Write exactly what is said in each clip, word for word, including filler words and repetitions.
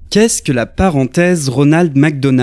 Qu'est-ce que la parenthèse Ronald McDonald ?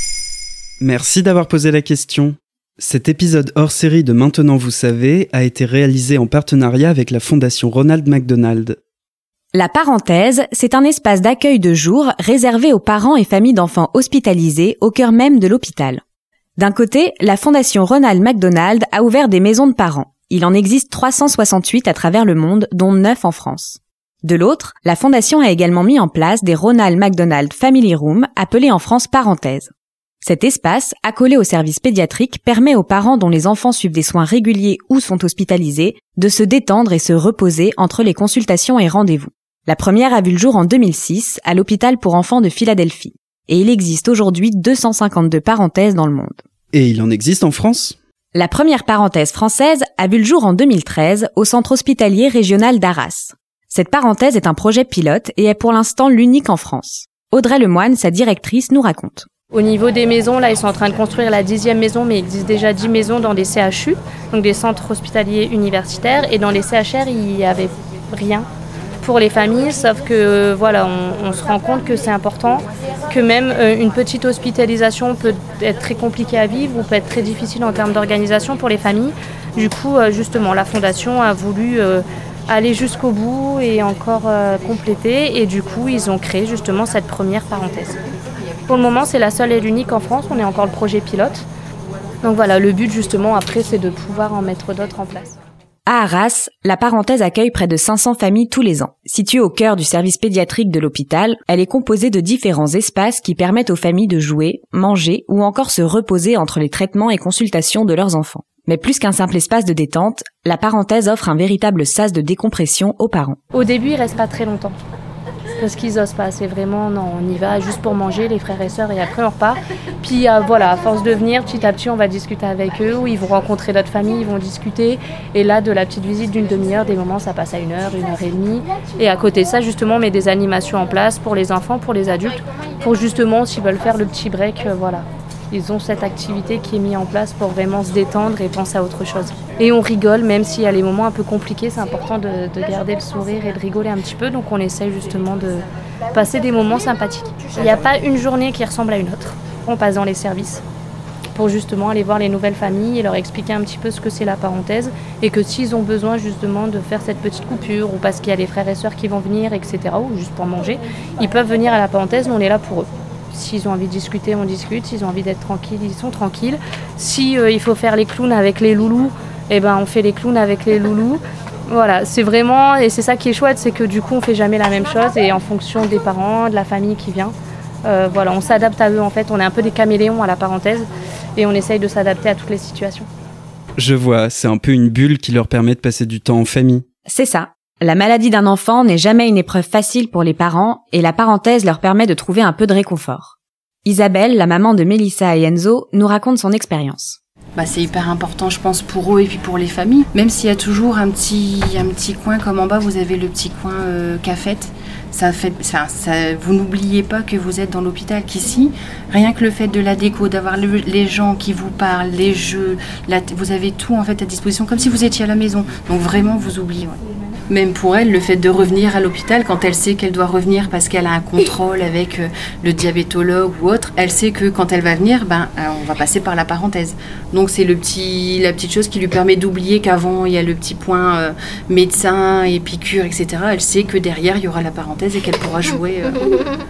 Merci d'avoir posé la question. Cet épisode hors série de Maintenant vous savez a été réalisé en partenariat avec la Fondation Ronald McDonald. La parenthèse, c'est un espace d'accueil de jour réservé aux parents et familles d'enfants hospitalisés au cœur même de l'hôpital. D'un côté, la Fondation Ronald McDonald a ouvert des maisons de parents. Il en existe trois cent soixante-huit à travers le monde, dont neuf en France. De l'autre, la Fondation a également mis en place des Ronald McDonald Family Room, appelés en France parenthèses. Cet espace, accolé au service pédiatrique, permet aux parents dont les enfants suivent des soins réguliers ou sont hospitalisés de se détendre et se reposer entre les consultations et rendez-vous. La première a vu le jour en deux mille six à l'hôpital pour enfants de Philadelphie. Et il existe aujourd'hui deux cent cinquante-deux parenthèses dans le monde. Et il en existe en France ? La première parenthèse française a vu le jour en deux mille treize au centre hospitalier régional d'Arras. Cette parenthèse est un projet pilote et est pour l'instant l'unique en France. Audrey Lemoine, sa directrice, nous raconte. Au niveau des maisons, là, ils sont en train de construire la dixième maison, mais il existe déjà dix maisons dans des C H U, donc des centres hospitaliers universitaires. Et dans les C H R, il n'y avait rien pour les familles, sauf que voilà, on, on se rend compte que c'est important, que même euh, une petite hospitalisation peut être très compliquée à vivre ou peut être très difficile en termes d'organisation pour les familles. Du coup, euh, justement, la Fondation a voulu euh, aller jusqu'au bout et encore euh, compléter. Et du coup, ils ont créé justement cette première parenthèse. Pour le moment, c'est la seule et l'unique en France. On est encore le projet pilote. Donc voilà, le but justement après, c'est de pouvoir en mettre d'autres en place. À Arras, la parenthèse accueille près de cinq cents familles tous les ans. Située au cœur du service pédiatrique de l'hôpital, elle est composée de différents espaces qui permettent aux familles de jouer, manger ou encore se reposer entre les traitements et consultations de leurs enfants. Mais plus qu'un simple espace de détente, la parenthèse offre un véritable sas de décompression aux parents. Au début, ils restent pas très longtemps. Parce qu'ils osent pas, c'est vraiment, non, on y va juste pour manger, les frères et sœurs, et après on repart. Puis euh, voilà, à force de venir, petit à petit, on va discuter avec eux, ou ils vont rencontrer d'autres familles, ils vont discuter. Et là, de la petite visite d'une demi-heure, des moments, ça passe à une heure, une heure et demie. Et à côté de ça, justement, on met des animations en place pour les enfants, pour les adultes, pour justement, s'ils veulent faire le petit break, euh, voilà. Ils ont cette activité qui est mise en place pour vraiment se détendre et penser à autre chose. Et on rigole, même s'il y a les moments un peu compliqués, c'est important de, de garder le sourire et de rigoler un petit peu. Donc on essaye justement de passer des moments sympathiques. Il n'y a pas une journée qui ressemble à une autre. On passe dans les services pour justement aller voir les nouvelles familles et leur expliquer un petit peu ce que c'est la parenthèse. Et que s'ils ont besoin justement de faire cette petite coupure ou parce qu'il y a les frères et sœurs qui vont venir, et cetera, ou juste pour manger, ils peuvent venir à la parenthèse, nous on est là pour eux. S'ils ont envie de discuter, on discute. S'ils ont envie d'être tranquilles, ils sont tranquilles. Si euh, il faut faire les clowns avec les loulous, eh ben on fait les clowns avec les loulous. Voilà, c'est vraiment, et c'est ça qui est chouette, c'est que du coup on fait jamais la même chose et en fonction des parents, de la famille qui vient, euh, voilà, on s'adapte à eux en fait. On est un peu des caméléons à la parenthèse et on essaye de s'adapter à toutes les situations. Je vois, c'est un peu une bulle qui leur permet de passer du temps en famille. C'est ça. La maladie d'un enfant n'est jamais une épreuve facile pour les parents et la parenthèse leur permet de trouver un peu de réconfort. Isabelle, la maman de Mélissa et Enzo, nous raconte son expérience. Bah, c'est hyper important, je pense, pour eux et puis pour les familles. Même s'il y a toujours un petit, un petit coin, comme en bas, vous avez le petit coin euh, cafette. Ça fait, ça, ça, vous n'oubliez pas que vous êtes dans l'hôpital, qu'ici, rien que le fait de la déco, d'avoir le, les gens qui vous parlent, les jeux, la, vous avez tout en fait à disposition, comme si vous étiez à la maison. Donc vraiment, vous oubliez. Ouais. Même pour elle, le fait de revenir à l'hôpital, quand elle sait qu'elle doit revenir parce qu'elle a un contrôle avec le diabétologue ou autre, elle sait que quand elle va venir, ben, on va passer par la parenthèse. Donc c'est le petit, la petite chose qui lui permet d'oublier qu'avant, il y a le petit point euh, médecin et piqûre, et cetera. Elle sait que derrière, il y aura la parenthèse et qu'elle pourra jouer. Euh...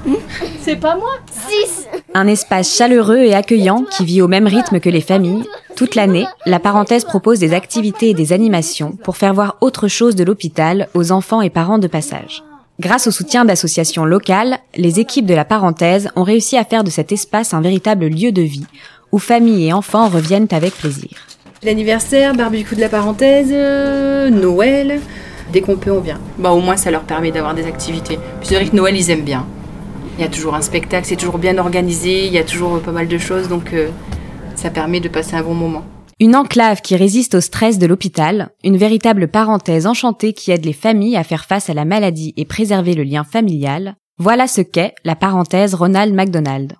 C'est pas moi. six. Un espace chaleureux et accueillant qui vit au même rythme que les familles. Toute l'année, la parenthèse propose des activités et des animations pour faire voir autre chose de l'hôpital aux enfants et parents de passage. Grâce au soutien d'associations locales, les équipes de la parenthèse ont réussi à faire de cet espace un véritable lieu de vie, où familles et enfants reviennent avec plaisir. L'anniversaire, barbecue de la parenthèse, euh, Noël, dès qu'on peut on vient. Bah, au moins ça leur permet d'avoir des activités. Puis c'est vrai que Noël ils aiment bien. Il y a toujours un spectacle, c'est toujours bien organisé, il y a toujours pas mal de choses, donc euh, ça permet de passer un bon moment. Une enclave qui résiste au stress de l'hôpital, une véritable parenthèse enchantée qui aide les familles à faire face à la maladie et préserver le lien familial. Voilà ce qu'est la parenthèse Ronald McDonald.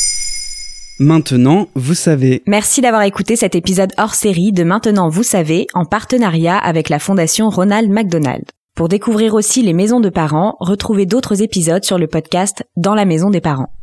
Maintenant, vous savez. Merci d'avoir écouté cet épisode hors série de Maintenant vous savez en partenariat avec la Fondation Ronald McDonald. Pour découvrir aussi les maisons de parents, retrouvez d'autres épisodes sur le podcast Dans la maison des parents.